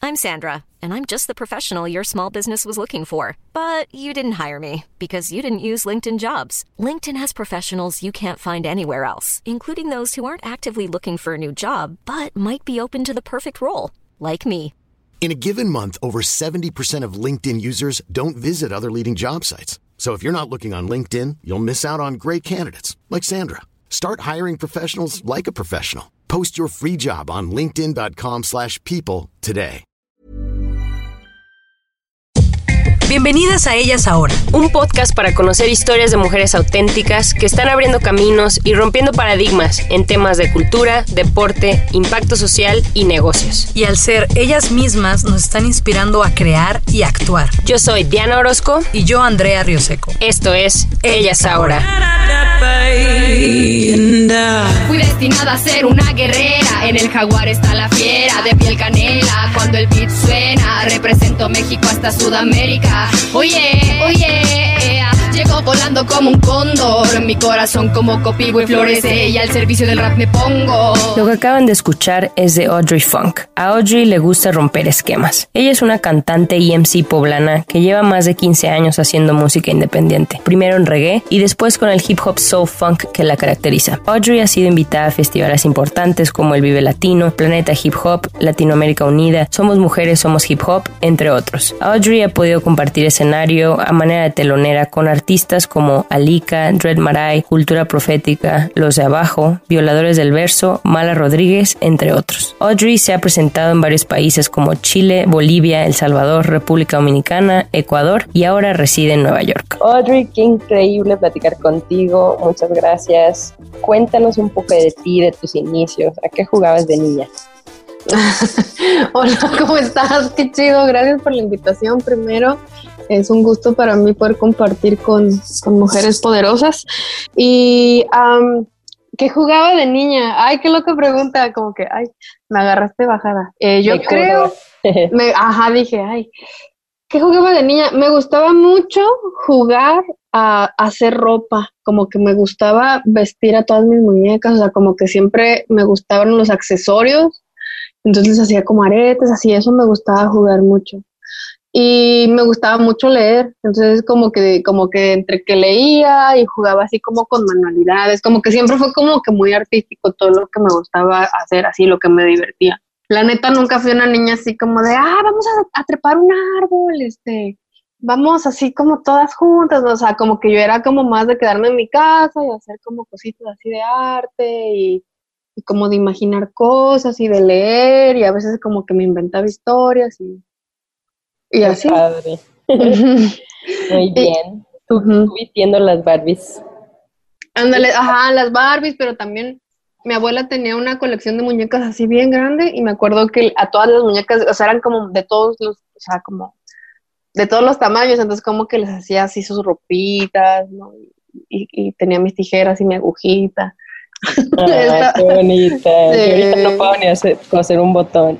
I'm Sandra, and I'm just the professional your small business was looking for. But you didn't hire me because you didn't use LinkedIn Jobs. LinkedIn has professionals you can't find anywhere else, including those who aren't actively looking for a new job, but might be open to the perfect role, like me. In a given month, over 70% of LinkedIn users don't visit other leading job sites. So if you're not looking on LinkedIn, you'll miss out on great candidates like Sandra. Start hiring professionals like a professional. Post your free job on linkedin.com/people today. Bienvenidas a Ellas Ahora, un podcast para conocer historias de mujeres auténticas que están abriendo caminos y rompiendo paradigmas en temas de cultura, deporte, impacto social y negocios. Y al ser ellas mismas nos están inspirando a crear y actuar. Yo soy Diana Orozco y yo Andrea Rioseco. Esto es Ellas Ahora. Fui destinada a ser una guerrera. En el jaguar está la fiera de piel canela. Cuando el beat suena, represento México hasta Sudamérica. Oye, llego volando como un cóndor. Mi corazón como copigo y florece y al servicio del rap me pongo. Lo que acaban de escuchar es de Audrey Funk. A Audrey le gusta romper esquemas. Ella es una cantante y MC poblana que lleva más de 15 años haciendo música independiente. Primero en reggae y después con el hip hop soul funk que la caracteriza. Audrey ha sido invitada a festivales importantes como el Vive Latino, Planeta Hip Hop, Latinoamérica Unida, Somos Mujeres, Somos Hip Hop, entre otros. Audrey ha podido compartir escenario a manera de telonera con artistas como Alika, Dread Marai, Cultura Profética, Los de Abajo, Violadores del Verso, Mala Rodríguez, entre otros. Audrey se ha presentado en varios países como Chile, Bolivia, El Salvador, República Dominicana, Ecuador y ahora reside en Nueva York. Audrey, qué increíble platicar contigo, muchas gracias. Cuéntanos un poco de ti, de tus inicios, ¿a qué jugabas de niña? Hola, ¿cómo estás? Qué chido, gracias por la invitación primero. Es un gusto para mí poder compartir con mujeres poderosas. Y ¿qué jugaba de niña? Ay, qué loca pregunta, como que, ay, me agarraste bajada. Yo creo, dije, ay, ¿qué jugaba de niña? Me gustaba mucho jugar a hacer ropa, como que me gustaba vestir a todas mis muñecas, o sea, como que siempre me gustaban los accesorios, entonces hacía como aretes, así, eso me gustaba jugar mucho. Y me gustaba mucho leer, entonces como que entre que leía y jugaba así como con manualidades, como que siempre fue como que muy artístico todo lo que me gustaba hacer, así lo que me divertía. La neta nunca fui una niña así como de, vamos a trepar un árbol, vamos así como todas juntas, o sea, como que yo era como más de quedarme en mi casa y hacer como cositas así de arte y como de imaginar cosas y de leer y a veces como que me inventaba historias y así. Padre. Muy bien. Tú vistiendo las Barbies. Ándale, las Barbies, pero también mi abuela tenía una colección de muñecas así bien grande y me acuerdo que a todas las muñecas, o sea, eran como de todos los, o sea, como de todos los tamaños, entonces como que les hacía así sus ropitas, ¿no? Y tenía mis tijeras y mi agujita. Qué bonita. Sí. Yo ahorita no puedo ni coser un botón.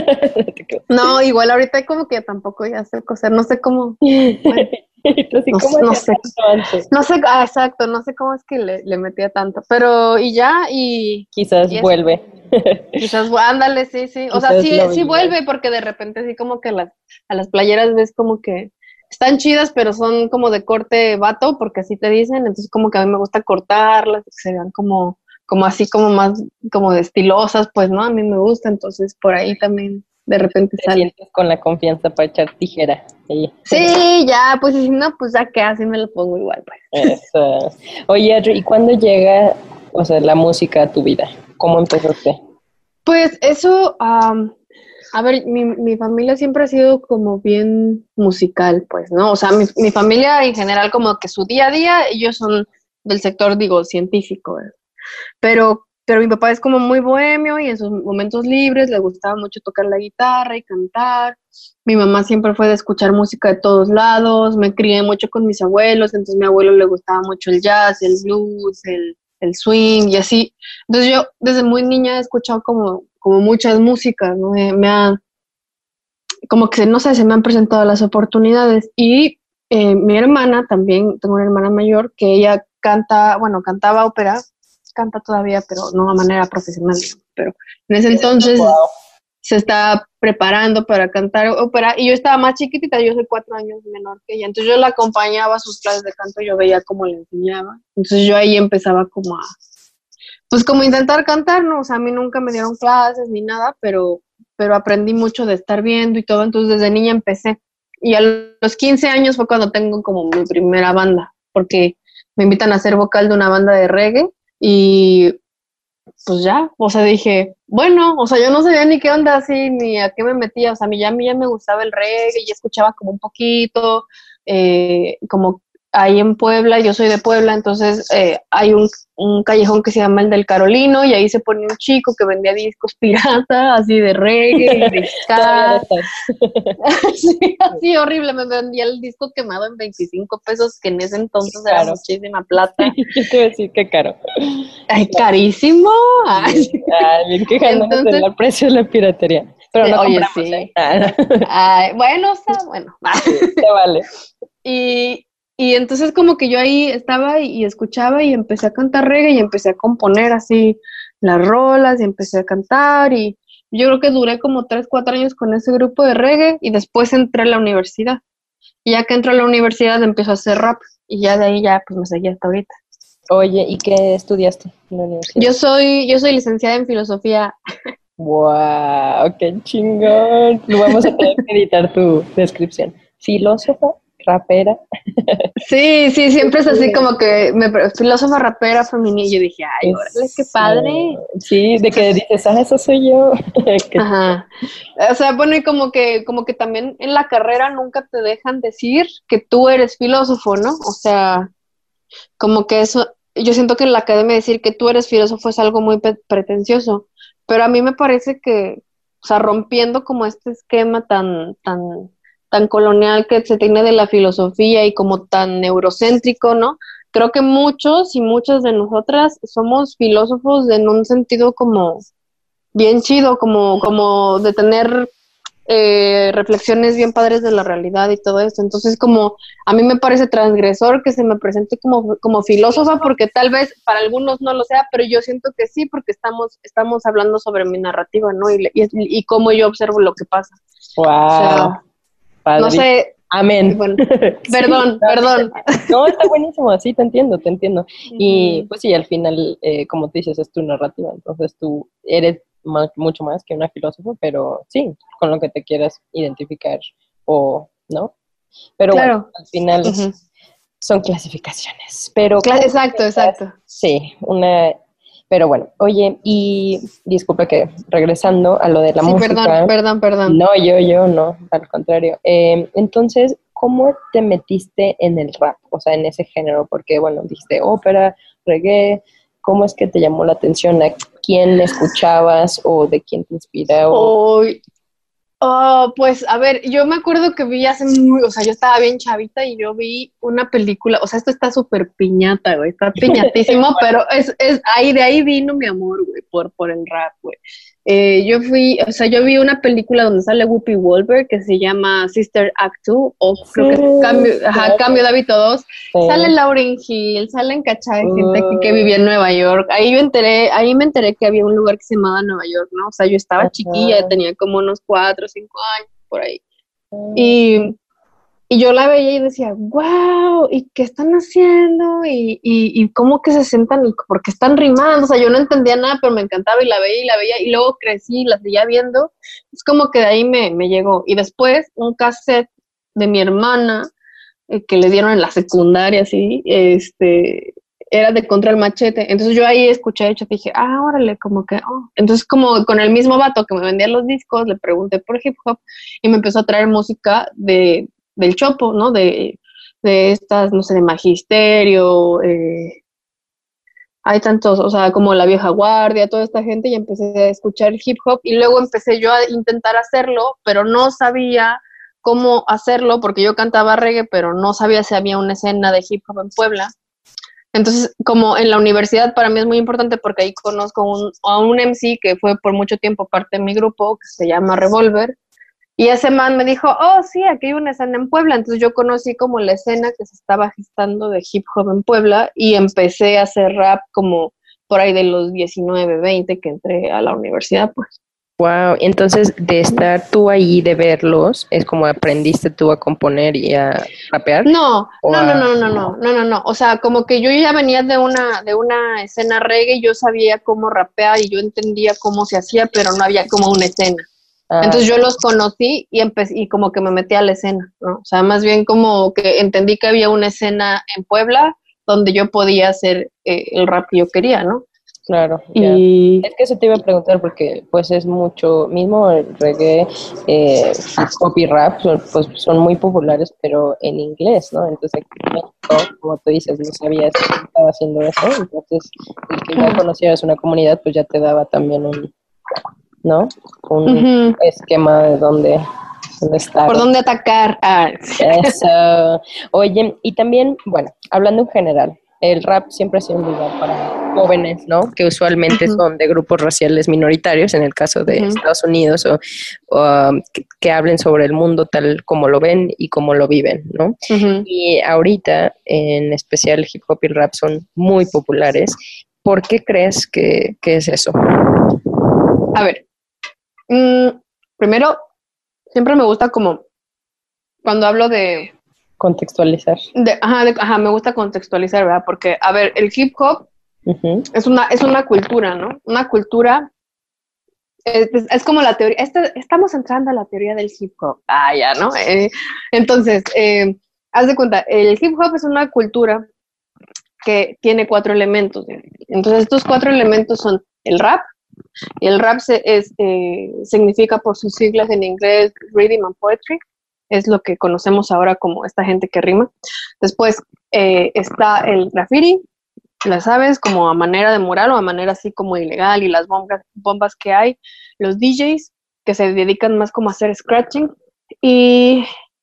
No, igual ahorita como que tampoco ya sé coser, no sé cómo. Bueno, no sé. No sé, exacto, no sé cómo es que le metía tanto, pero quizás vuelve. Quizás, ándale, sí. O sea, sí vuelve porque de repente sí como que a las playeras ves como que están chidas, pero son como de corte vato, porque así te dicen, entonces como que a mí me gusta cortarlas, que se vean como así como más como de estilosas, pues no, a mí me gusta, entonces por ahí también de repente te sientes con la confianza para echar tijera. Sí, ya, pues si no, pues ya que así me lo pongo igual, pues. Eso. Oye, Audrey, ¿y cuándo llega, o sea, la música a tu vida? ¿Cómo empezaste? Pues eso, a ver, mi familia siempre ha sido como bien musical, pues, ¿no? O sea, mi familia en general como que su día a día, ellos son del sector, digo, científico, ¿verdad? Pero mi papá es como muy bohemio y en sus momentos libres le gustaba mucho tocar la guitarra y cantar. Mi mamá siempre fue de escuchar música de todos lados, me crié mucho con mis abuelos, entonces a mi abuelo le gustaba mucho el jazz, el blues, el swing y así. Entonces yo desde muy niña he escuchado como muchas músicas, ¿no? Como que, no sé, se me han presentado las oportunidades. Y mi hermana también, tengo una hermana mayor que ella cantaba ópera, canta todavía, pero no a manera profesional, pero en ese entonces, se estaba preparando para cantar ópera y yo estaba más chiquitita, yo soy 4 años menor que ella, entonces yo la acompañaba a sus clases de canto, yo veía cómo le enseñaba, entonces yo ahí empezaba como a, pues como intentar cantar, ¿no? O sea, a mí nunca me dieron clases ni nada, pero aprendí mucho de estar viendo y todo, entonces desde niña empecé. Y a los 15 años fue cuando tengo como mi primera banda, porque me invitan a ser vocal de una banda de reggae y pues ya, o sea, dije, bueno, o sea, yo no sabía ni qué onda así, ni a qué me metía, o sea, a mí ya me gustaba el reggae y escuchaba como un poquito, como ahí en Puebla, yo soy de Puebla, entonces hay un callejón que se llama el del Carolino y ahí se ponía un chico que vendía discos pirata, así de reggae y de ska. Sí, así horrible, me vendía el disco quemado en 25 pesos, que en ese entonces era muchísima plata. Yo te iba a decir que caro. Ay, carísimo. Ay, bien quejándonos del precio de la piratería. Pero no oye, compramos, sí. Ay, bueno, o sea, bueno. Te vale. Y entonces como que yo ahí estaba y escuchaba y empecé a cantar reggae y empecé a componer así las rolas y empecé a cantar y yo creo que duré como 3, 4 años con ese grupo de reggae y después entré a la universidad. Y ya que entré a la universidad empecé a hacer rap y ya de ahí ya pues me seguí hasta ahorita. Oye, ¿y qué estudiaste en la universidad? Yo soy licenciada en filosofía. ¡Wow! ¡Qué chingón! Lo vamos a tener que editar tu descripción. Filósofa, rapera. Sí, siempre es así como que filósofa, rapera, feminista. Yo dije, ay, órale, qué padre. Sí, de que dices, eso soy yo. Ajá. O sea, bueno, y como que también en la carrera nunca te dejan decir que tú eres filósofo, ¿no? O sea, como que eso, yo siento que en la academia decir que tú eres filósofo es algo muy pretencioso, pero a mí me parece que, o sea, rompiendo como este esquema tan colonial que se tiene de la filosofía y como tan eurocéntrico, ¿no? Creo que muchos y muchas de nosotras somos filósofos en un sentido como bien chido, como de tener reflexiones bien padres de la realidad y todo eso. Entonces, como a mí me parece transgresor que se me presente como filósofa, porque tal vez para algunos no lo sea, pero yo siento que sí, porque estamos hablando sobre mi narrativa, ¿no? Y cómo yo observo lo que pasa. Wow. O sea, padre. No sé. Amén. Bueno, Sí, perdón. No, está buenísimo, sí, te entiendo. Y pues sí, al final, como te dices, es tu narrativa, entonces tú eres mucho más que una filósofa, pero sí, con lo que te quieras identificar o no. Pero claro. Bueno, al final son clasificaciones. Pero exacto. Sí, pero bueno, oye, y disculpa que regresando a lo de la música. Perdón. No, yo no, al contrario. Entonces, ¿cómo te metiste en el rap? O sea, en ese género, porque bueno, dijiste ópera, reggae, ¿cómo es que te llamó la atención? ¿A quién escuchabas o de quién te inspiraba? Pues a ver, yo me acuerdo que vi o sea, yo estaba bien chavita y yo vi una película, o sea, esto está súper piñata, güey, está piñatísimo, pero de ahí vino mi amor, güey, por el rap, güey. Yo vi una película donde sale Whoopi Goldberg que se llama Sister Act 2 o creo que es Cambio de Hábito 2. Sí. Sale Lauryn Hill, salen cachada de gente aquí que vivía en Nueva York. Ahí me enteré que había un lugar que se llamaba Nueva York, ¿no? O sea, yo estaba chiquilla, tenía como unos 4 o 5 años por ahí. Y yo la veía y decía, wow, ¿y qué están haciendo? Y cómo que se sientan, y por qué están rimando. O sea, yo no entendía nada, pero me encantaba y la veía, y luego crecí y la seguía viendo. Es como que de ahí me llegó. Y después, un cassette de mi hermana, que le dieron en la secundaria, así, era de Contra el Machete. Entonces yo ahí escuché y dije, órale, como que, Entonces como con el mismo vato que me vendía los discos, le pregunté por hip hop y me empezó a traer música del Chopo, ¿no? De estas, no sé, de Magisterio, hay tantos, o sea, como La Vieja Guardia, toda esta gente, y empecé a escuchar hip hop, y luego empecé yo a intentar hacerlo, pero no sabía cómo hacerlo, porque yo cantaba reggae, pero no sabía si había una escena de hip hop en Puebla. Entonces, como en la universidad para mí es muy importante, porque ahí conozco a un MC que fue por mucho tiempo parte de mi grupo, que se llama Revolver, y ese man me dijo, sí, aquí hay una escena en Puebla. Entonces yo conocí como la escena que se estaba gestando de hip hop en Puebla y empecé a hacer rap como por ahí de los 19, 20 que entré a la universidad, pues. Wow, entonces de estar tú ahí, de verlos, es como aprendiste tú a componer y a rapear. No, ¿O no, no, a- no, no, no, no, no, no. O sea, como que yo ya venía de una escena reggae, yo sabía cómo rapear y yo entendía cómo se hacía, pero no había como una escena. Ah, Entonces yo los conocí y empecé y como que me metí a la escena, ¿no? O sea, más bien como que entendí que había una escena en Puebla donde yo podía hacer el rap que yo quería, ¿no? claro, ya. Y Es que eso te iba a preguntar porque pues es mucho, mismo el reggae, hip hop y rap, pues son muy populares, pero en inglés, ¿no? Entonces aquí en México, como tú dices, no sabías quién estaba haciendo eso, entonces el que ya conocieras una comunidad, pues ya te daba también un, ¿no? Un ujú, esquema de dónde estar. ¿por dónde atacar? Ah, Eso. Oye, y también, bueno, hablando en general, el rap siempre ha sido un lugar para jóvenes, ¿no? Que usualmente ujú, son de grupos raciales minoritarios, en el caso de ujú, Estados Unidos, o, que hablen sobre el mundo tal como lo ven y como lo viven, ¿no? ujú. Y ahorita, en especial, el hip hop y el rap son muy populares. ¿Por qué crees que es eso? A ver, mm, primero, siempre me gusta como cuando hablo Contextualizar. ajá, me gusta contextualizar, ¿verdad? Porque, a ver, el hip hop Ujú. es una cultura, ¿no? Una cultura, es como la teoría, estamos entrando a la teoría del hip hop, ya, ¿no? Entonces, haz de cuenta, el hip hop es una cultura que tiene 4 elementos. ¿Sí? Entonces, estos 4 elementos son el rap, y el rap significa por sus siglas en inglés Rhythm and Poetry, es lo que conocemos ahora como esta gente que rima. Después está el graffiti, las sabes, como a manera de moral o a manera así como ilegal, y las bombas que hay, los DJs que se dedican más como a hacer scratching, y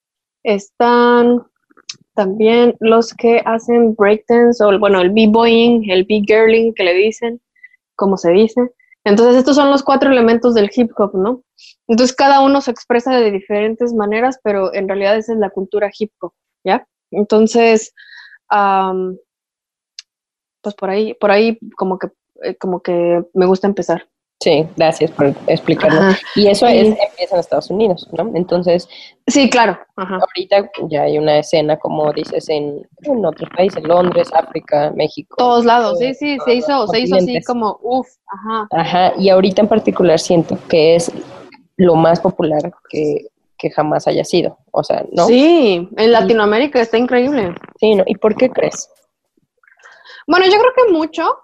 están también los que hacen breakdance o bueno, el b-boying, el b-girling que le dicen, como se dice. Entonces estos son los 4 elementos del hip hop, ¿no? Entonces cada uno se expresa de diferentes maneras, pero en realidad esa es la cultura hip hop, ¿ya? Entonces, um, pues por ahí como que me gusta empezar. Sí, gracias por explicarlo. Ajá. Y eso Y empieza en Estados Unidos, ¿no? Entonces, sí, claro, ajá. ahorita ya hay una escena, como dices, en otros países, Londres, África, México, Todos lados, todo, sí, sí, todos los se hizo así continentes. como, uff, ajá. Ajá, y ahorita en particular siento que es lo más popular que jamás haya sido, o sea, ¿no? Sí, en Y, Latinoamérica está increíble. sí, ¿no? ¿Y por qué crees? Bueno, yo creo que mucho,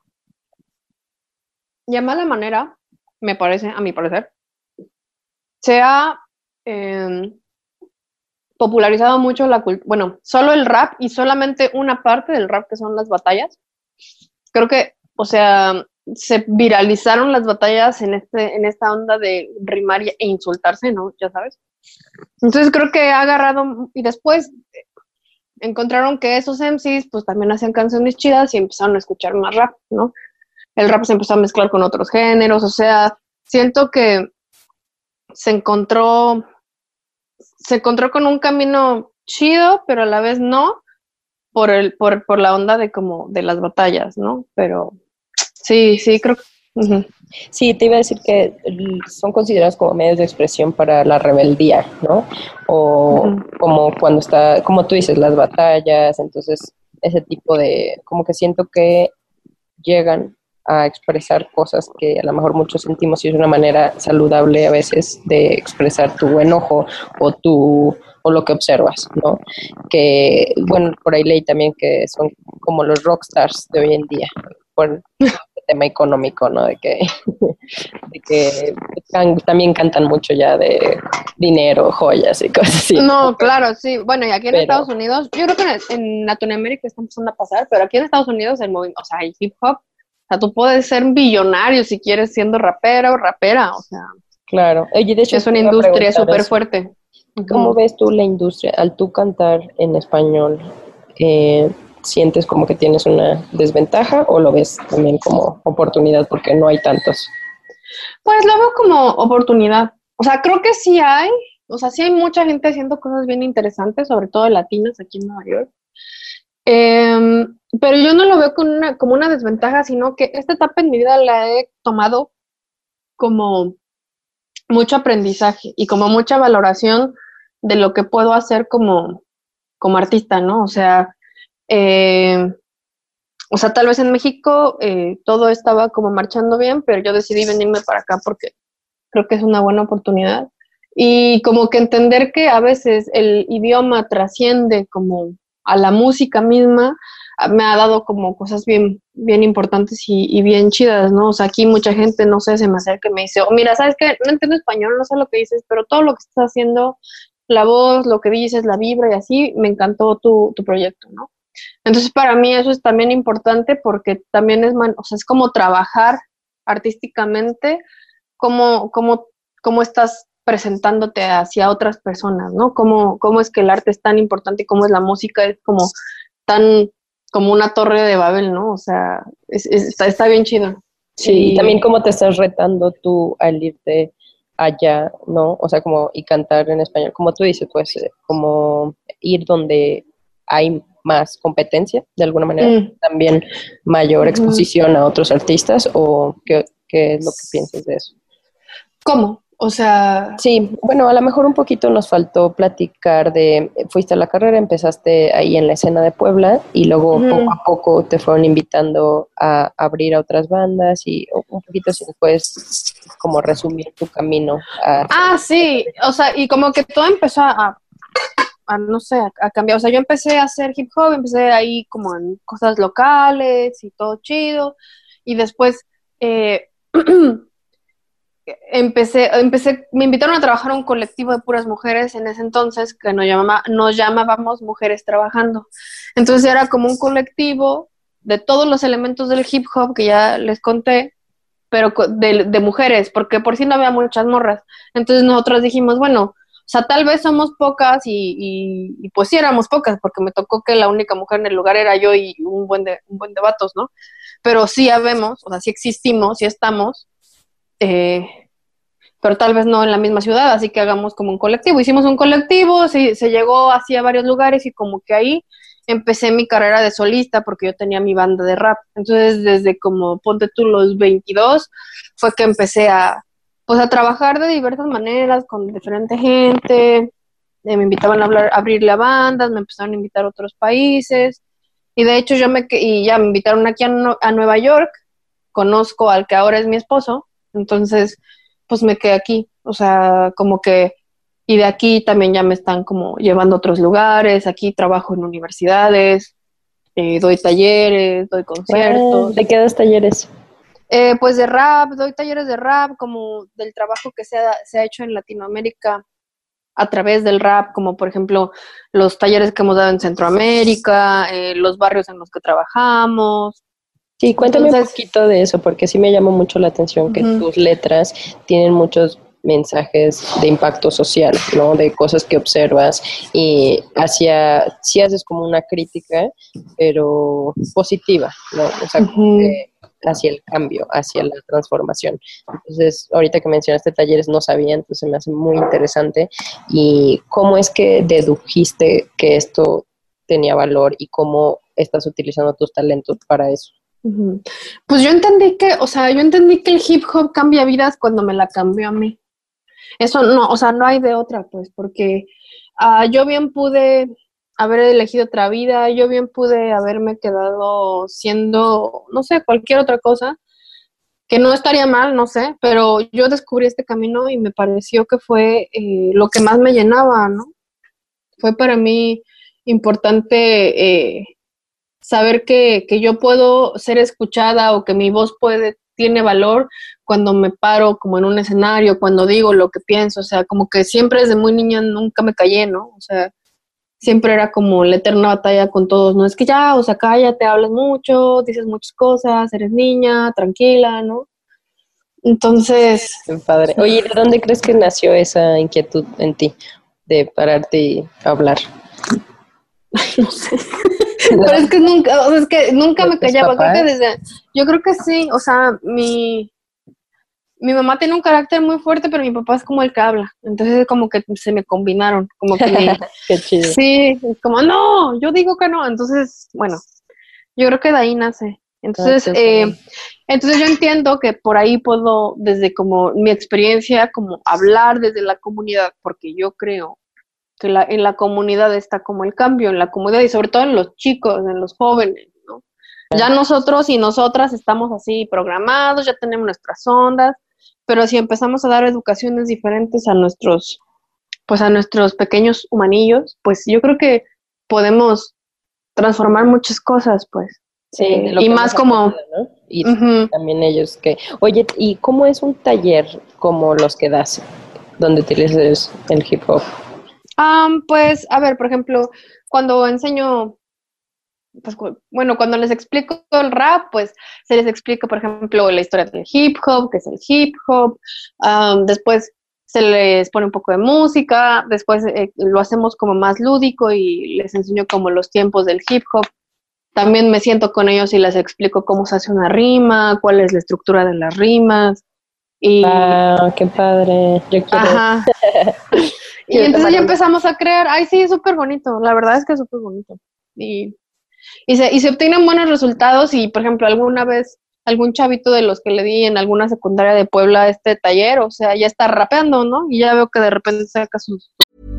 y a mala manera, me parece, a mi parecer, se ha eh, popularizado mucho la cultura, bueno, solo el rap y solamente una parte del rap que son las batallas. Creo que, o sea, se viralizaron las batallas en esta onda de rimar e insultarse, ¿no? Ya sabes. Entonces creo que ha agarrado, y después encontraron que esos MCs pues también hacían canciones chidas y empezaron a escuchar más rap, ¿no? El rap se empezó a mezclar con otros géneros, o sea, siento que se encontró, se encontró con un camino chido, pero a la vez no, por la onda de como de las batallas, ¿no? Pero sí, sí, creo que ujú, Sí, te iba a decir que son considerados como medios de expresión para la rebeldía, ¿no? O ujú. como cuando está, como tú dices, las batallas, entonces ese tipo de, como que siento que llegan a expresar cosas que a lo mejor muchos sentimos y es una manera saludable a veces de expresar tu enojo o lo que observas, ¿no? Que, bueno, por ahí leí también que son como los rockstars de hoy en día, por el tema económico, ¿no? De que también cantan mucho ya de dinero, joyas y cosas así, ¿no? No, claro, sí. Bueno, y aquí en Pero, Estados Unidos, yo creo que en Latinoamérica está empezando a pasar, pero aquí en Estados Unidos el movimiento, o sea, el hip hop, o sea, tú puedes ser billonario si quieres siendo rapera o rapera, o sea, claro. Oye, de hecho, es te una iba a industria preguntar súper eso. fuerte. ¿Cómo Ujú. ves tú la industria? Al tú cantar en español, ¿sientes como que tienes una desventaja o lo ves también como oportunidad porque no hay tantos? Pues lo veo como oportunidad. O sea, creo que sí hay, o sea, sí hay mucha gente haciendo cosas bien interesantes, sobre todo latinas aquí en Nueva York. Pero yo no lo veo como una desventaja, sino que esta etapa en mi vida la he tomado como mucho aprendizaje y como mucha valoración de lo que puedo hacer como artista, ¿no? O sea, tal vez en México todo estaba como marchando bien, pero yo decidí venirme para acá porque creo que es una buena oportunidad. Y como que entender que a veces el idioma trasciende como a la música misma, me ha dado como cosas bien, bien importantes y bien chidas, ¿no? O sea, aquí mucha gente, no sé, se me acerca y me dice, oh, mira, ¿sabes qué? No entiendo español, no sé lo que dices, pero todo lo que estás haciendo, la voz, lo que dices, la vibra y así, me encantó tu proyecto, ¿no? Entonces, para mí eso es también importante porque también o sea, es como trabajar artísticamente, cómo estás presentándote hacia otras personas, ¿no? Cómo es que el arte es tan importante y cómo es la música, es como tan, como una torre de Babel, ¿no? O sea, está bien chido. Sí, y también cómo te estás retando tú al irte allá, ¿no? O sea, como, y cantar en español, como tú dices, pues, como ir donde hay más competencia, de alguna manera, también mayor exposición a otros artistas, o qué es lo que piensas de eso. ¿Cómo? O sea... Sí, bueno, a lo mejor un poquito nos faltó platicar fuiste a la carrera, empezaste ahí en la escena de Puebla y luego poco a poco te fueron invitando a abrir a otras bandas y un poquito si puedes como resumir tu camino. Sí, o sea, y como que todo empezó no sé, a cambiar. O sea, yo empecé a hacer hip hop, empecé ahí como en cosas locales y todo chido y después... me invitaron a trabajar a un colectivo de puras mujeres en ese entonces que nos llamábamos Mujeres Trabajando. Entonces era como un colectivo de todos los elementos del hip hop que ya les conté, pero de mujeres, porque por si no había muchas morras. Entonces nosotros dijimos, bueno, o sea, tal vez somos pocas y pues sí éramos pocas, porque me tocó que la única mujer en el lugar era yo y un buen de vatos, ¿no? Pero sí habemos, o sea, sí existimos, sí estamos, pero tal vez no en la misma ciudad, así que hagamos como un colectivo. Hicimos un colectivo, se llegó así a varios lugares y como que ahí empecé mi carrera de solista porque yo tenía mi banda de rap. Entonces, desde como, ponte tú, los 22, fue que empecé pues a trabajar de diversas maneras con diferente gente. Me invitaban a abrirle a bandas, me empezaron a invitar a otros países. Y de hecho y ya me invitaron aquí a Nueva York. Conozco al que ahora es mi esposo. Entonces, pues me quedé aquí. O sea, como que y de aquí también ya me están como llevando a otros lugares. Aquí trabajo en universidades, doy talleres, doy conciertos. ¿De qué das talleres? Pues de rap, doy talleres de rap, como del trabajo que se ha hecho en Latinoamérica a través del rap, como por ejemplo los talleres que hemos dado en Centroamérica, los barrios en los que trabajamos. Sí, cuéntame un poquito de eso, porque sí me llamó mucho la atención que tus letras tienen muchos mensajes de impacto social, ¿no? De cosas que observas y sí haces como una crítica, pero positiva, ¿no? O sea, hacia el cambio, hacia la transformación. Entonces, ahorita que mencionaste talleres no sabía, entonces me hace muy interesante. ¿Y cómo es que dedujiste que esto tenía valor y cómo estás utilizando tus talentos para eso? Pues yo entendí que el hip hop cambia vidas cuando me la cambió a mí. Eso no, o sea, no hay de otra, pues, porque yo bien pude haber elegido otra vida, yo bien pude haberme quedado siendo, no sé, cualquier otra cosa, que no estaría mal, no sé, pero yo descubrí este camino y me pareció que fue lo que más me llenaba, ¿no? Fue para mí importante saber que yo puedo ser escuchada o que mi voz tiene valor cuando me paro como en un escenario, cuando digo lo que pienso, o sea, como que siempre desde muy niña nunca me callé, ¿no? O sea, siempre era como la eterna batalla con todos, no es que ya, o sea, cállate, hablas mucho, dices muchas cosas, eres niña, tranquila, ¿no? Entonces... Qué padre. Oye, ¿de dónde crees que nació esa inquietud en ti de pararte y hablar? No sé. Pero es que nunca me callaba. Yo creo que sí, o sea, mi mamá tiene un carácter muy fuerte, pero mi papá es como el que habla. Entonces como que se me combinaron, como que Qué chido. Sí, como no, yo digo que no. Entonces, bueno, yo creo que de ahí nace. Entonces, Entonces yo entiendo que por ahí puedo, desde como mi experiencia, como hablar desde la comunidad, porque yo creo que en la comunidad está como el cambio, en la comunidad y sobre todo en los chicos, en los jóvenes, ¿no? Ya nosotros y nosotras estamos así programados, ya tenemos nuestras ondas, pero si empezamos a dar educaciones diferentes a nuestros pequeños humanillos, pues yo creo que podemos transformar muchas cosas, pues. Sí, de lo y que más hemos como... aprendido, ¿no? Y también ellos que... Oye, ¿y cómo es un taller como los que das, donde utilizas el hip hop? Pues, a ver, por ejemplo, cuando enseño, pues, bueno, cuando les explico el rap, pues se les explica, por ejemplo, la historia del hip hop, qué es el hip hop, después se les pone un poco de música, después lo hacemos como más lúdico y les enseño como los tiempos del hip hop. También me siento con ellos y les explico cómo se hace una rima, cuál es la estructura de las rimas. Y... qué padre, yo quiero... Ajá. Y entonces ya empezamos a crear, ay sí, es súper bonito, la verdad es que es súper bonito. Y se obtienen buenos resultados y, por ejemplo, alguna vez algún chavito de los que le di en alguna secundaria de Puebla este taller, o sea, ya está rapeando, ¿no? Y ya veo que de repente saca sus...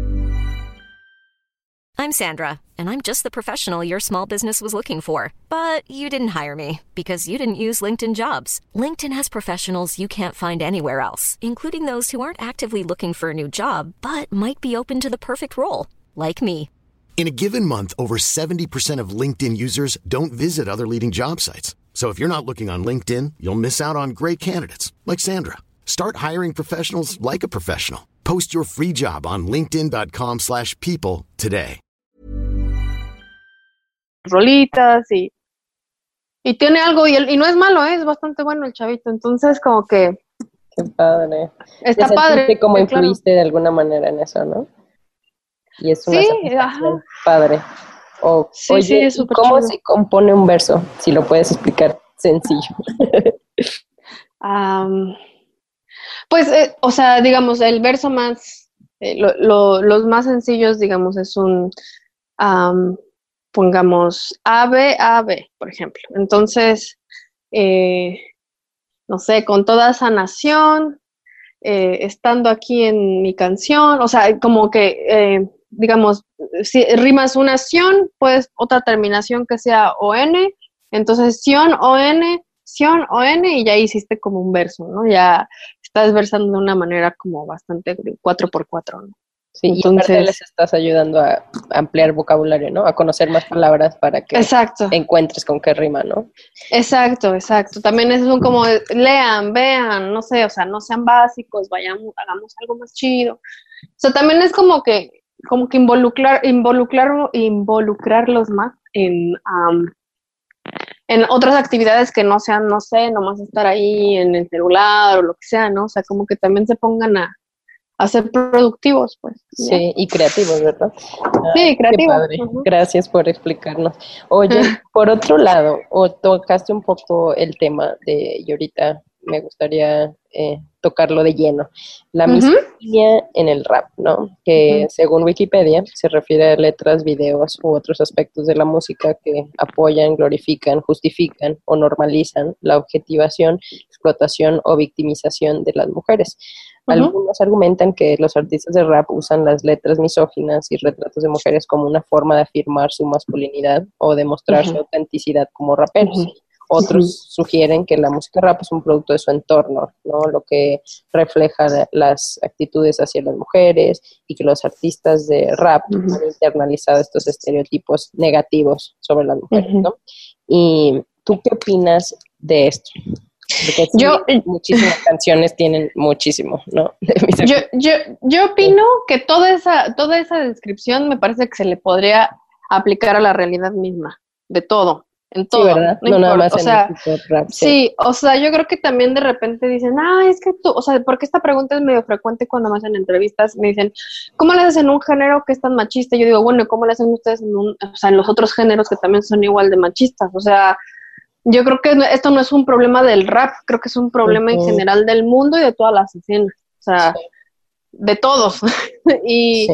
I'm Sandra, and I'm just the professional your small business was looking for. But you didn't hire me because you didn't use LinkedIn Jobs. LinkedIn has professionals you can't find anywhere else, including those who aren't actively looking for a new job, but might be open to the perfect role, like me. In a given month, over 70% of LinkedIn users don't visit other leading job sites. So if you're not looking on LinkedIn, you'll miss out on great candidates like Sandra. Start hiring professionals like a professional. Post your free job on linkedin.com/people today. Rolitas y tiene algo y no es malo, es bastante bueno el chavito, entonces como que qué padre. Está padre. Como sí, influiste claro. de alguna manera en eso, ¿no? Y es una Sí, satisfacción ajá. padre. Sí, Oye, sí, es súper ¿cómo chido. se compone un verso? Si lo puedes explicar sencillo. Pues, o sea, digamos, el verso más, los más sencillos, digamos, es un, pongamos, ave, ave, por ejemplo. Entonces, no sé, con toda esa nación, estando aquí en mi canción, o sea, como que, digamos, si rimas una sion, pues otra terminación que sea ON, entonces sion, ON, y ya hiciste como un verso, ¿no? Ya estás versando de una manera como bastante 4x4, ¿no? Sí, entonces, y aparte les estás ayudando a ampliar vocabulario, ¿no? A conocer más palabras para que exacto. encuentres con qué rima, ¿no? Exacto. También es un como lean, vean, no sé, o sea, no sean básicos, vayamos, hagamos algo más chido. O sea, también es como que involucrarlos más en otras actividades que no sean, no sé, nomás estar ahí en el celular o lo que sea, ¿no? O sea, como que también se pongan a ser productivos, pues. ¿Ya? Sí, y creativos, ¿verdad? Sí, creativos. Qué padre. Gracias por explicarnos. Oye, por otro lado, tocaste un poco el tema y ahorita me gustaría tocarlo de lleno. La misoginia en el rap, ¿no? Que según Wikipedia se refiere a letras, videos u otros aspectos de la música que apoyan, glorifican, justifican o normalizan la objetivación, explotación o victimización de las mujeres. Algunos argumentan que los artistas de rap usan las letras misóginas y retratos de mujeres como una forma de afirmar su masculinidad o demostrar su autenticidad como raperos. Otros sugieren que la música rap es un producto de su entorno, ¿no? Lo que refleja las actitudes hacia las mujeres y que los artistas de rap han internalizado estos estereotipos negativos sobre las mujeres, ¿no? ¿Y tú qué opinas de esto? Porque muchísimas canciones tienen muchísimo, ¿no? Yo opino que toda esa descripción me parece que se le podría aplicar a la realidad misma, de todo, en todo. Sí, ¿verdad? No nada más o en sea, el tipo de rap. Sí, o sea, yo creo que también de repente dicen, es que tú, o sea, porque esta pregunta es medio frecuente cuando me hacen entrevistas, me dicen, ¿cómo le haces en un género que es tan machista? Y yo digo, bueno, ¿cómo le hacen ustedes en los otros géneros que también son igual de machistas? O sea, yo creo que esto no es un problema del rap, creo que es un problema en general del mundo y de todas las escenas, o sea, de todos. Y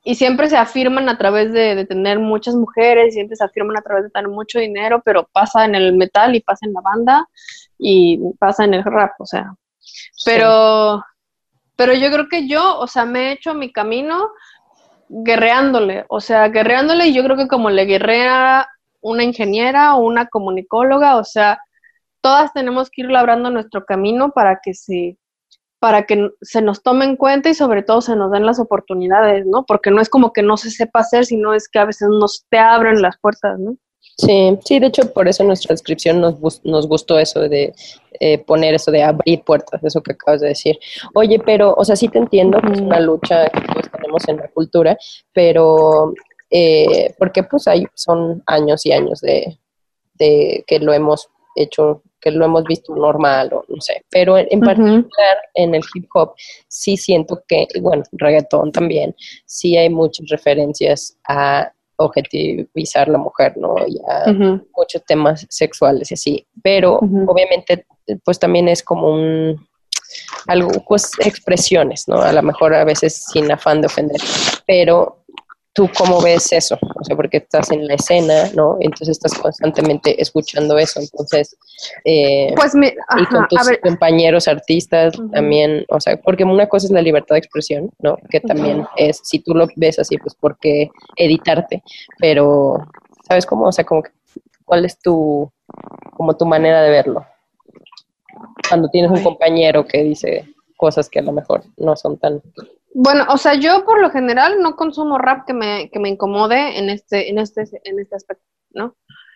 y siempre se afirman a través de tener muchas mujeres, siempre se afirman a través de tener mucho dinero, pero pasa en el metal y pasa en la banda y pasa en el rap, o sea. Pero yo creo que yo, o sea, me he hecho mi camino guerreándole, y yo creo que como le guerrea una ingeniera o una comunicóloga, o sea, todas tenemos que ir labrando nuestro camino para que se nos tome en cuenta y sobre todo se nos den las oportunidades, ¿no? Porque no es como que no se sepa hacer, sino es que a veces nos te abren las puertas, ¿no? Sí, de hecho por eso en nuestra descripción nos gustó eso de poner eso de abrir puertas, eso que acabas de decir. Oye, pero, o sea, sí te entiendo que es una lucha que todos tenemos en la cultura, pero porque pues son años y años de que lo hemos hecho, que lo hemos visto normal o no sé, pero en particular en el hip hop sí siento que, bueno, reggaetón también, sí hay muchas referencias a objetivizar la mujer, ¿no? Y a muchos temas sexuales y así, pero obviamente pues también es como algo, pues expresiones, ¿no? A lo mejor a veces sin afán de ofender, pero ¿tú cómo ves eso? O sea, porque estás en la escena, ¿no? Entonces estás constantemente escuchando eso. Entonces, pues y con tus compañeros artistas también, o sea, porque una cosa es la libertad de expresión, ¿no? Que también es, si tú lo ves así, pues ¿por qué editarte? Pero, ¿sabes cómo? O sea, como que, ¿cuál es como tu manera de verlo? Cuando tienes un compañero que dice cosas que a lo mejor no son tan... Bueno, o sea, yo por lo general no consumo rap que me incomode en este aspecto, ¿no?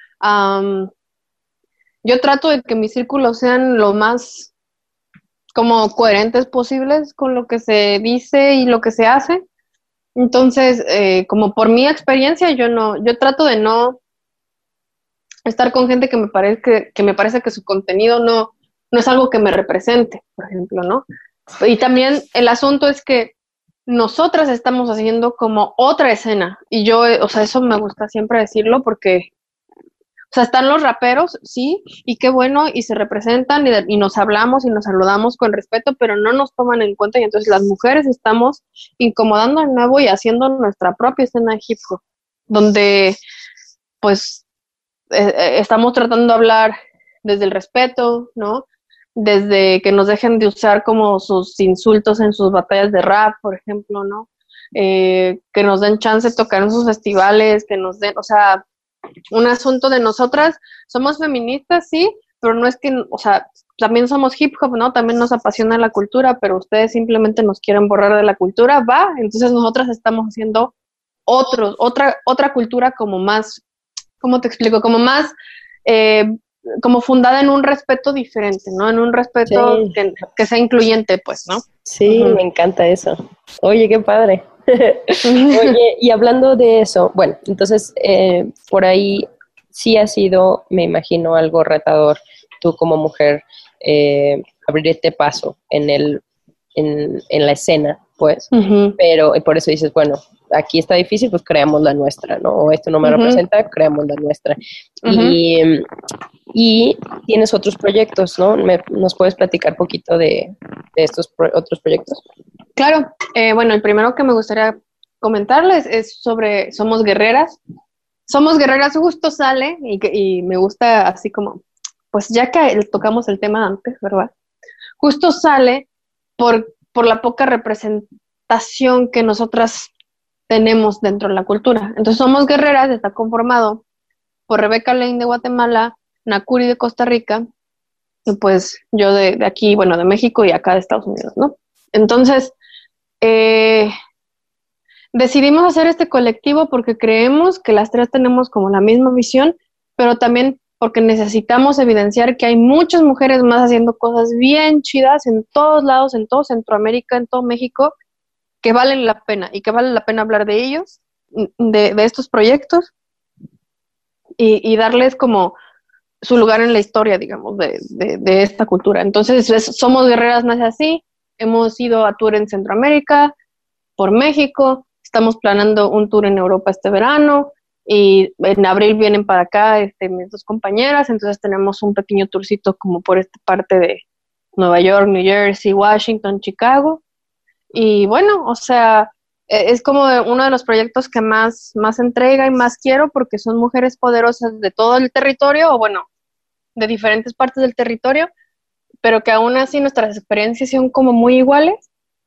Yo trato de que mis círculos sean lo más como coherentes posibles con lo que se dice y lo que se hace. Entonces, como por mi experiencia, yo trato de no estar con gente que me parece que su contenido no es algo que me represente, por ejemplo, ¿no? Y también el asunto es que nosotras estamos haciendo como otra escena, y yo, o sea, eso me gusta siempre decirlo porque, o sea, están los raperos, sí, y qué bueno, y se representan, y nos hablamos y nos saludamos con respeto, pero no nos toman en cuenta, y entonces las mujeres estamos incomodando de nuevo y haciendo nuestra propia escena de hip hop, donde, pues, estamos tratando de hablar desde el respeto, ¿no? Desde que nos dejen de usar como sus insultos en sus batallas de rap, por ejemplo, ¿no? Que nos den chance de tocar en sus festivales, que nos den, o sea, un asunto de nosotras, somos feministas, sí, pero no es que, o sea, también somos hip hop, ¿no? También nos apasiona la cultura, pero ustedes simplemente nos quieren borrar de la cultura, va, entonces nosotras estamos haciendo otra cultura como más, ¿cómo te explico? Como más... como fundada en un respeto diferente, ¿no? En un respeto que sea incluyente, pues, ¿no? Sí, me encanta eso. Oye, qué padre. Oye, y hablando de eso, bueno, entonces, por ahí sí ha sido, me imagino, algo retador, tú como mujer, abrirte paso en la escena, pues, pero y por eso dices, bueno, aquí está difícil, pues creamos la nuestra, ¿no? O esto no me representa, creamos la nuestra. Y tienes otros proyectos, ¿no? ¿Nos puedes platicar un poquito de estos otros proyectos? Claro. Bueno, el primero que me gustaría comentarles es sobre Somos Guerreras. Somos Guerreras justo sale, y me gusta así como, pues ya que tocamos el tema antes, ¿verdad? Justo sale por la poca representación que nosotras tenemos dentro de la cultura. Entonces, Somos Guerreras está conformado por Rebeca Lane de Guatemala, Nakuri de Costa Rica, y pues yo de aquí, bueno, de México y acá de Estados Unidos, ¿no? Entonces, decidimos hacer este colectivo porque creemos que las tres tenemos como la misma visión, pero también porque necesitamos evidenciar que hay muchas mujeres más haciendo cosas bien chidas en todos lados, en todo Centroamérica, en todo México, que valen la pena y que vale la pena hablar de ellos, de estos proyectos y darles como su lugar en la historia, digamos, de esta cultura. Entonces, Somos Guerreras nace así, hemos ido a tour en Centroamérica, por México, estamos planeando un tour en Europa este verano, y en abril vienen para acá mis dos compañeras, entonces tenemos un pequeño tourcito como por esta parte de Nueva York, New Jersey, Washington, Chicago, y bueno, o sea, es como uno de los proyectos que más entrega y más quiero, porque son mujeres poderosas de todo el territorio, o bueno, de diferentes partes del territorio, pero que aún así nuestras experiencias son como muy iguales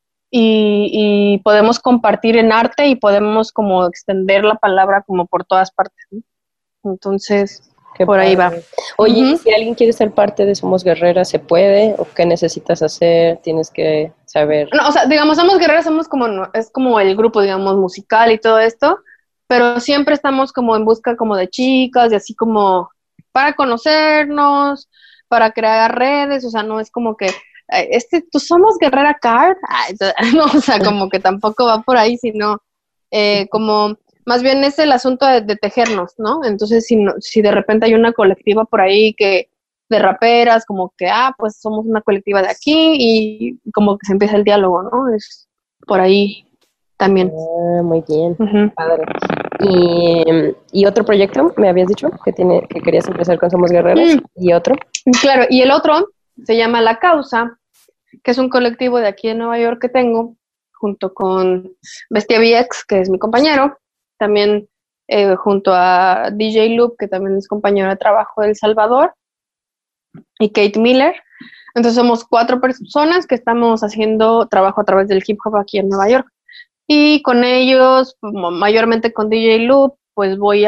y podemos compartir en arte y podemos como extender la palabra como por todas partes, ¿no? Entonces, Qué por ahí va. padre. Oye, Ujú. si alguien quiere ser parte de Somos Guerreras, ¿se puede? ¿O qué necesitas hacer? Tienes que saber. No, o sea, digamos, Somos Guerreras, somos como, es como el grupo, digamos, musical y todo esto, pero siempre estamos como en busca como de chicas y así como para conocernos, para crear redes, o sea, no es como que, tú somos Guerrera Card, ay, no, o sea, como que tampoco va por ahí, sino como, más bien es el asunto de tejernos, ¿no? Entonces, si de repente hay una colectiva por ahí que de raperas, como que, pues somos una colectiva de aquí y como que se empieza el diálogo, ¿no? Es por ahí también. Muy bien, Ujú. padre. Y otro proyecto, me habías dicho que querías empezar con Somos Guerreras. ¿Y otro? Claro, y el otro se llama La Causa, que es un colectivo de aquí de Nueva York que tengo, junto con Bestia VX, que es mi compañero, también junto a DJ Loop, que también es compañero de trabajo de El Salvador, y Kate Miller. Entonces somos 4 personas que estamos haciendo trabajo a través del hip hop aquí en Nueva York. Y con ellos, mayormente con DJ Loop, pues voy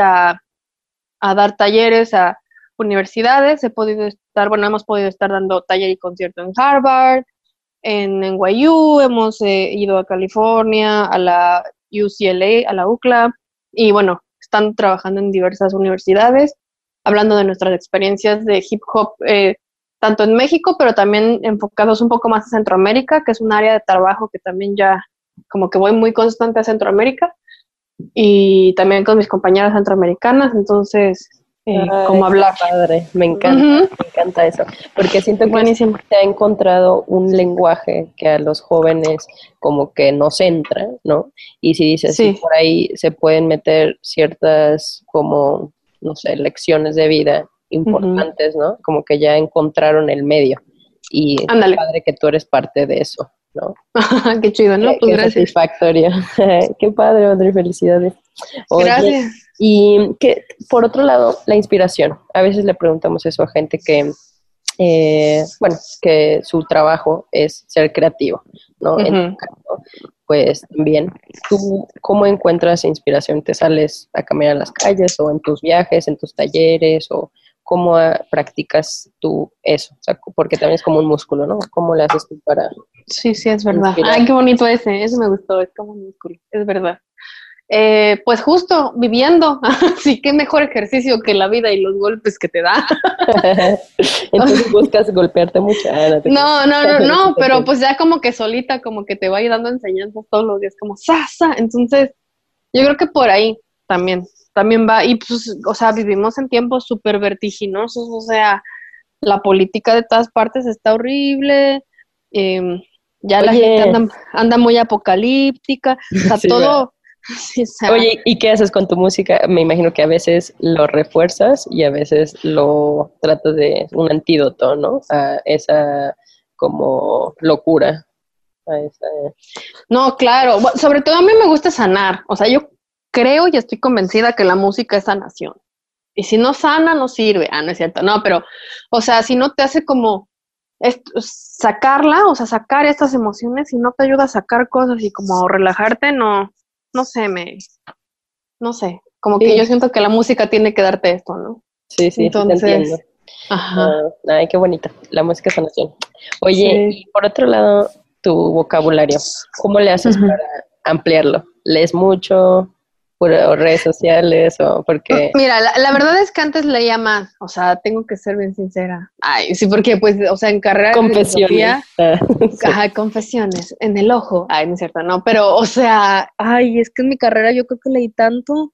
a dar talleres a universidades. Hemos podido estar dando taller y concierto en Harvard, en NYU, hemos ido a California, a la UCLA, a la UCLA, y bueno, están trabajando en diversas universidades, hablando de nuestras experiencias de hip hop, tanto en México, pero también enfocados un poco más a Centroamérica, que es un área de trabajo que también ya como que voy muy constante a Centroamérica, y también con mis compañeras centroamericanas, entonces, Ay, como qué hablar. padre, Ujú. me encanta eso, porque siento que Buenísimo. se ha encontrado un lenguaje que a los jóvenes como que nos entra, ¿no? Y si dices, si Sí, por ahí se pueden meter ciertas como, no sé, lecciones de vida ujú. importantes, ¿no? Como que ya encontraron el medio y qué Ándale. padre que tú eres parte de eso, ¿no? Qué chido, ¿no? Pues Qué gracias. satisfactorio. Qué padre, Audrey, felicidades. Oye, Gracias. y que por otro lado, la inspiración. A veces le preguntamos eso a gente que, bueno, que su trabajo es ser creativo, ¿no? En tu Ujú. caso, pues también, ¿tú cómo encuentras inspiración? ¿Te sales a caminar a las calles o en tus viajes, en tus talleres o cómo practicas tú eso? O sea, porque también es como un músculo, ¿no? ¿Cómo le haces tú para Sí, sí, es verdad. inspirar? Ay, qué bonito ese. Eso me gustó. Es como músculo. Es verdad. Pues justo viviendo. Sí, qué mejor ejercicio que la vida y los golpes que te da. Entonces buscas golpearte mucho. No te creas. No, no, no, Sí no, te pero entiendo. pues ya como que solita, como que te va a ir dando enseñanzas todos los días, como sasa. Entonces, yo creo que por ahí también va. Y pues, o sea, vivimos en tiempos súper vertiginosos, o sea, la política de todas partes está horrible, eh, ya la gente Oye, anda muy apocalíptica, o sea, sí, ¿verdad? todo, sí, o sea, Oye, ¿y qué haces con tu música? Me imagino que a veces lo refuerzas y a veces lo tratas de un antídoto, ¿no? A esa como locura. A esa... no, claro, sobre todo a mí me gusta sanar, o sea, yo creo y estoy convencida que la música es sanación. Y si no sana, no sirve. No es cierto, no, pero, o sea, si no te hace como sacarla, o sea, sacar estas emociones, si no te ayuda a sacar cosas y como relajarte, no sé, no sé, como que yo Sí, siento que la música tiene que darte esto, ¿no? sí te entiendo. Entonces, ajá, Ay, qué bonita. La música es sanación. Oye, sí. y por otro lado, tu vocabulario, ¿cómo le haces Ujú. para ampliarlo? ¿Lees mucho o redes sociales o porque Mira, la verdad es que antes leía más, o sea, tengo que ser bien sincera. Ay, sí, porque pues, o sea, en carrera de confesiones? filosofía, Sí. ajá, confesiones, en el ojo. Ay, no es cierto, no, pero, o sea, ay, es que en mi carrera yo creo que leí tanto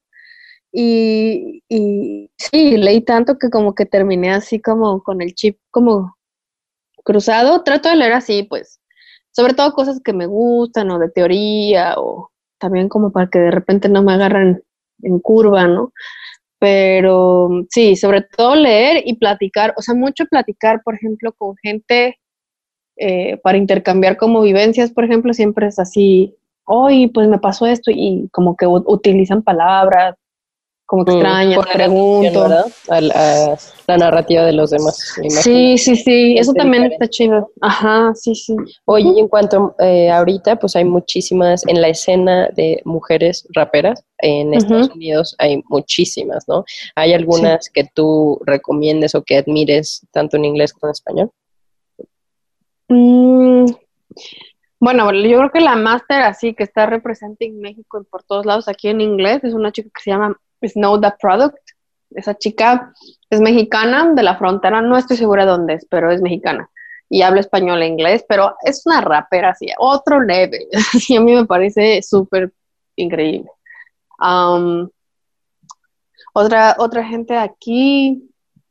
y sí, leí tanto que como que terminé así como con el chip como cruzado. Trato de leer así, pues, sobre todo cosas que me gustan o de teoría o también como para que de repente no me agarren en curva, ¿no? Pero sí, sobre todo leer y platicar, o sea, mucho platicar, por ejemplo, con gente para intercambiar como vivencias, por ejemplo, siempre es así hoy pues me pasó esto, y como que utilizan palabras como extrañas, pregunto. ¿Verdad? A la narrativa de los demás, me imagino. Sí, eso también está chido. Ajá, sí. Oye, y en cuanto ahorita, pues hay muchísimas, en la escena de mujeres raperas, en Estados Unidos hay muchísimas, ¿no? ¿Hay algunas que tú recomiendes o que admires, tanto en inglés como en español? Bueno, yo creo que la máster así que está representando en México y por todos lados aquí en inglés es una chica que se llama Snow the Product. Esa chica es mexicana, de la frontera, no estoy segura de dónde es, pero es mexicana y habla español e inglés, pero es una rapera así, otro level. Así a mí me parece súper increíble. Otra gente aquí,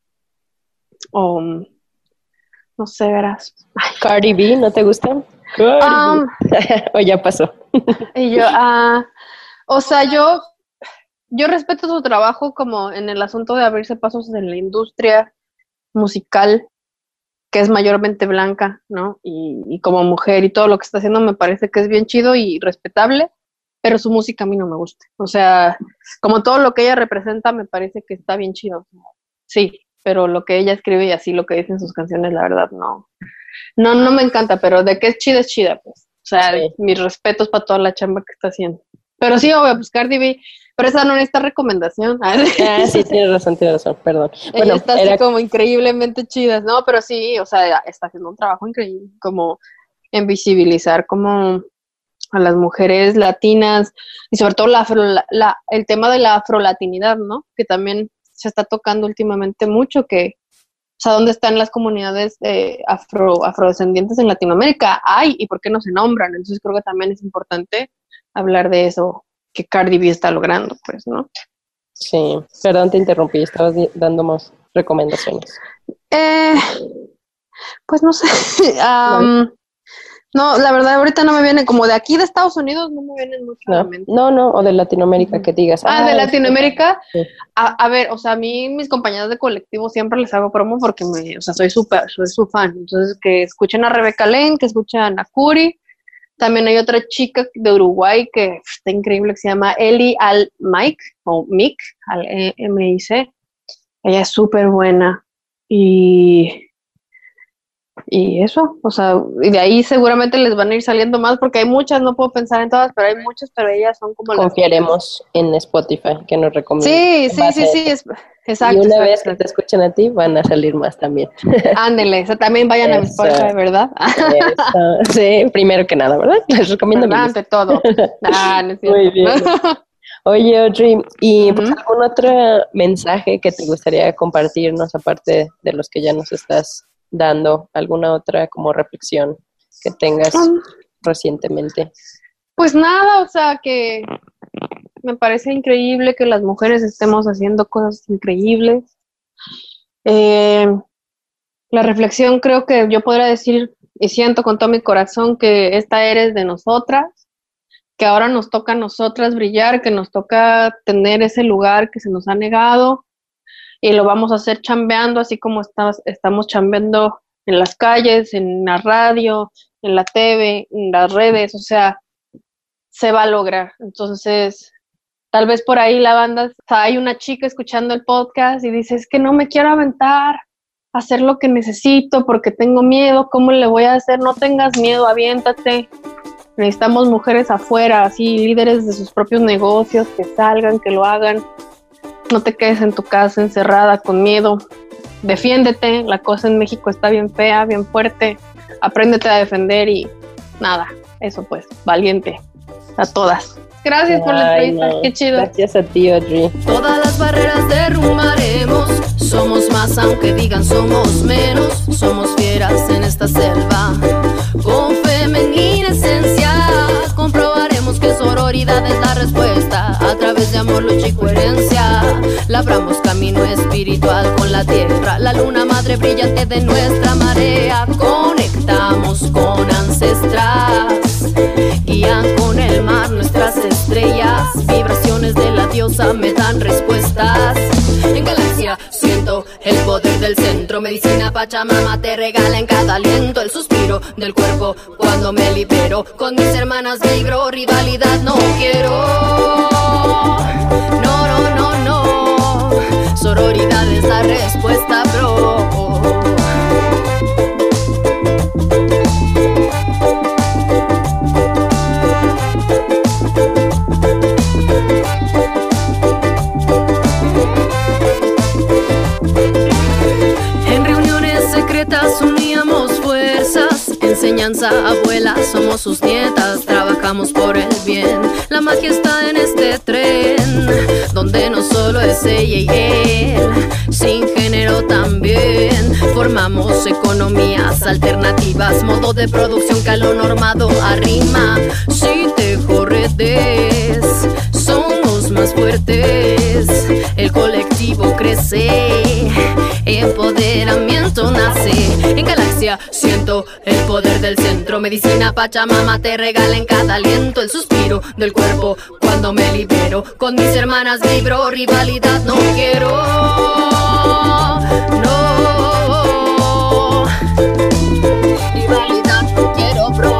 no sé, verás. Cardi B, ¿no te gusta? O ya pasó. Y yo, o sea, yo respeto su trabajo como en el asunto de abrirse pasos en la industria musical, que es mayormente blanca, ¿no? Y como mujer y todo lo que está haciendo me parece que es bien chido y respetable, pero su música a mí no me gusta. O sea, como todo lo que ella representa me parece que está bien chido. Sí, pero lo que ella escribe y así lo que dicen sus canciones, la verdad, no me encanta, pero de que es chida, pues. O sea, mis respetos para toda la chamba que está haciendo. Pero sí, voy a buscar Cardi B, pero esa no necesita recomendación. Sí, tienes razón, perdón. Bueno, está así como increíblemente chida, ¿no? Pero sí, o sea, está haciendo un trabajo increíble, como en visibilizar como a las mujeres latinas y sobre todo el tema de la afrolatinidad, ¿no? Que también se está tocando últimamente mucho, que o sea, ¿dónde están las comunidades afrodescendientes en Latinoamérica? ¿Y por qué no se nombran? Entonces creo que también es importante hablar de eso que Cardi B está logrando, pues, ¿no? Sí, perdón, te interrumpí, estabas dando más recomendaciones. Pues no sé, no, la verdad ahorita no me viene, como de aquí de Estados Unidos no me vienen mucho a la mente. No, o de Latinoamérica, que digas. De Latinoamérica, sí. A ver, o sea, a mí mis compañeras de colectivo siempre les hago promo porque o sea, soy su fan, entonces que escuchen a Rebeca Lane, que escuchen a Curi. También hay otra chica de Uruguay que está increíble, que se llama Eli Al-Mic, o Mic, M-I-C. Ella es súper buena. Y eso, o sea, y de ahí seguramente les van a ir saliendo más, porque hay muchas, no puedo pensar en todas, pero hay muchas, pero ellas son como Confiaremos en Spotify, que nos recomienden. Sí, exacto. Y una vez que te escuchen a ti, van a salir más también. Ándele, o sea, también vayan a mi Spotify, ¿verdad? Sí, primero que nada, ¿verdad? Les recomiendo. Ante todo. No es cierto. Muy bien. Oye, Audrey, ¿y pues, algún otro mensaje que te gustaría compartirnos, aparte de los que ya nos estás dando, alguna otra como reflexión que tengas recientemente? Pues nada, o sea, que me parece increíble que las mujeres estemos haciendo cosas increíbles. La reflexión, creo que yo podría decir y siento con todo mi corazón que esta eres de nosotras, que ahora nos toca a nosotras brillar, que nos toca tener ese lugar que se nos ha negado. Y lo vamos a hacer chambeando, así como estamos chambeando en las calles, en la radio, en la TV, en las redes, o sea, se va a lograr. Entonces, tal vez por ahí la banda, o sea, hay una chica escuchando el podcast y dice, es que no me quiero aventar a hacer lo que necesito porque tengo miedo, ¿cómo le voy a hacer? No tengas miedo, aviéntate. Necesitamos mujeres afuera, así, líderes de sus propios negocios, que salgan, que lo hagan. No te quedes en tu casa encerrada con miedo. Defiéndete, la cosa en México está bien fea, bien fuerte. Apréndete a defender y nada, eso pues, valiente a todas. Gracias por la entrevista, qué chido. Gracias a ti, Audrey. Todas las barreras derrumbaremos, somos más aunque digan somos menos, somos fieras en esta selva, con femenina esencia, comprobaremos que sororidad es la respuesta, a través de amor, lucha y coherencia, labramos camino espiritual con la tierra, la luna madre brillante de nuestra marea, conectamos con ancestras, guían con el mar nuestras estrellas, vibraciones de la diosa me dan respuestas, en galaxia siento el poder de del centro. Medicina Pachamama te regala en cada aliento el suspiro del cuerpo cuando me libero. Con mis hermanas vibro, rivalidad no quiero. No, no, no, no. Sororidad es la respuesta, bro. Uníamos fuerzas, enseñanza, abuela, somos sus nietas, trabajamos por el bien. La magia está en este tren, donde no solo es ella y él, sin género también. Formamos economías alternativas, modo de producción que a lo normado arrima. Si tejo redes, somos más fuertes, el colectivo crece, empoderamiento nace. En galaxia siento el poder del centro. Medicina Pachamama te regala en cada aliento el suspiro del cuerpo cuando me libero. Con mis hermanas vibro, rivalidad no quiero. No, rivalidad no quiero, bro.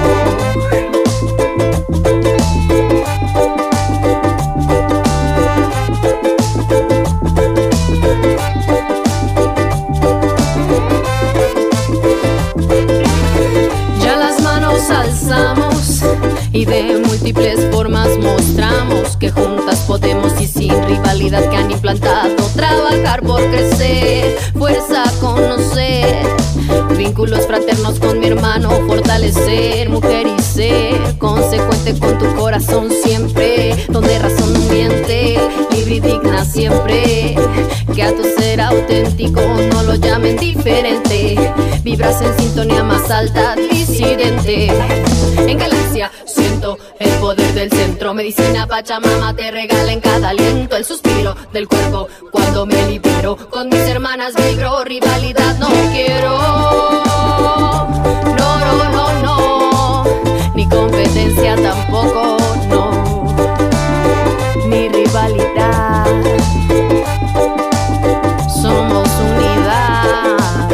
Alzamos y de múltiples formas mostramos que juntas podemos y sin rivalidad que han implantado trabajar por crecer, fuerza conocer, vínculos fraternos con mi hermano, fortalecer, mujer y ser consecuente con tu corazón siempre, donde razón no miente, libre y digna siempre, que a tu ser auténtico no lo llamen diferente, vibras en sintonía más alta, disidente. En galaxia siento el poder del centro. Medicina Pachamama te regala en cada aliento el suspiro del cuerpo cuando me libero. Con mis hermanas vibro, rivalidad no quiero. No, no, no, no. Ni competencia tampoco, no. Ni rivalidad. Somos unidad.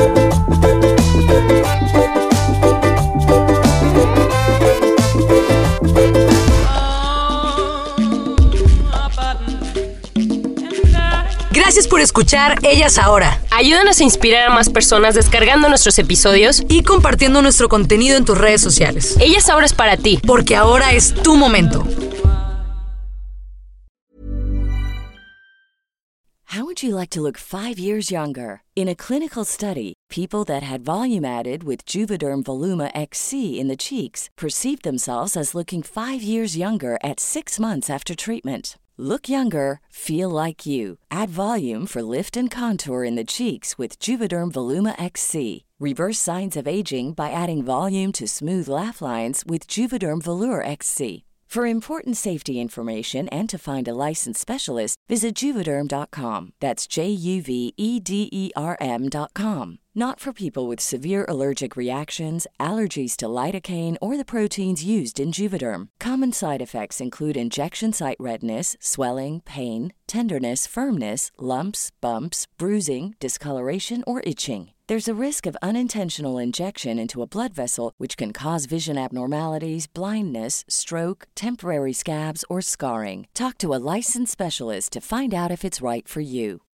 Gracias por escuchar Ellas Ahora. Ayúdanos a inspirar a más personas descargando nuestros episodios y compartiendo nuestro contenido en tus redes sociales. Ellas Ahora es para ti, porque ahora es tu momento. How would you like to look 5 years younger? In a clinical study, people that had volume added with Juvederm Voluma XC in the cheeks perceived themselves as looking 5 years younger at 6 months after treatment. Look younger, feel like you. Add volume for lift and contour in the cheeks with Juvederm Voluma XC. Reverse signs of aging by adding volume to smooth laugh lines with Juvederm Volure XC. For important safety information and to find a licensed specialist, visit Juvederm.com. That's JUVEDERM.com. Not for people with severe allergic reactions, allergies to lidocaine, or the proteins used in Juvederm. Common side effects include injection site redness, swelling, pain, tenderness, firmness, lumps, bumps, bruising, discoloration, or itching. There's a risk of unintentional injection into a blood vessel, which can cause vision abnormalities, blindness, stroke, temporary scabs, or scarring. Talk to a licensed specialist to find out if it's right for you.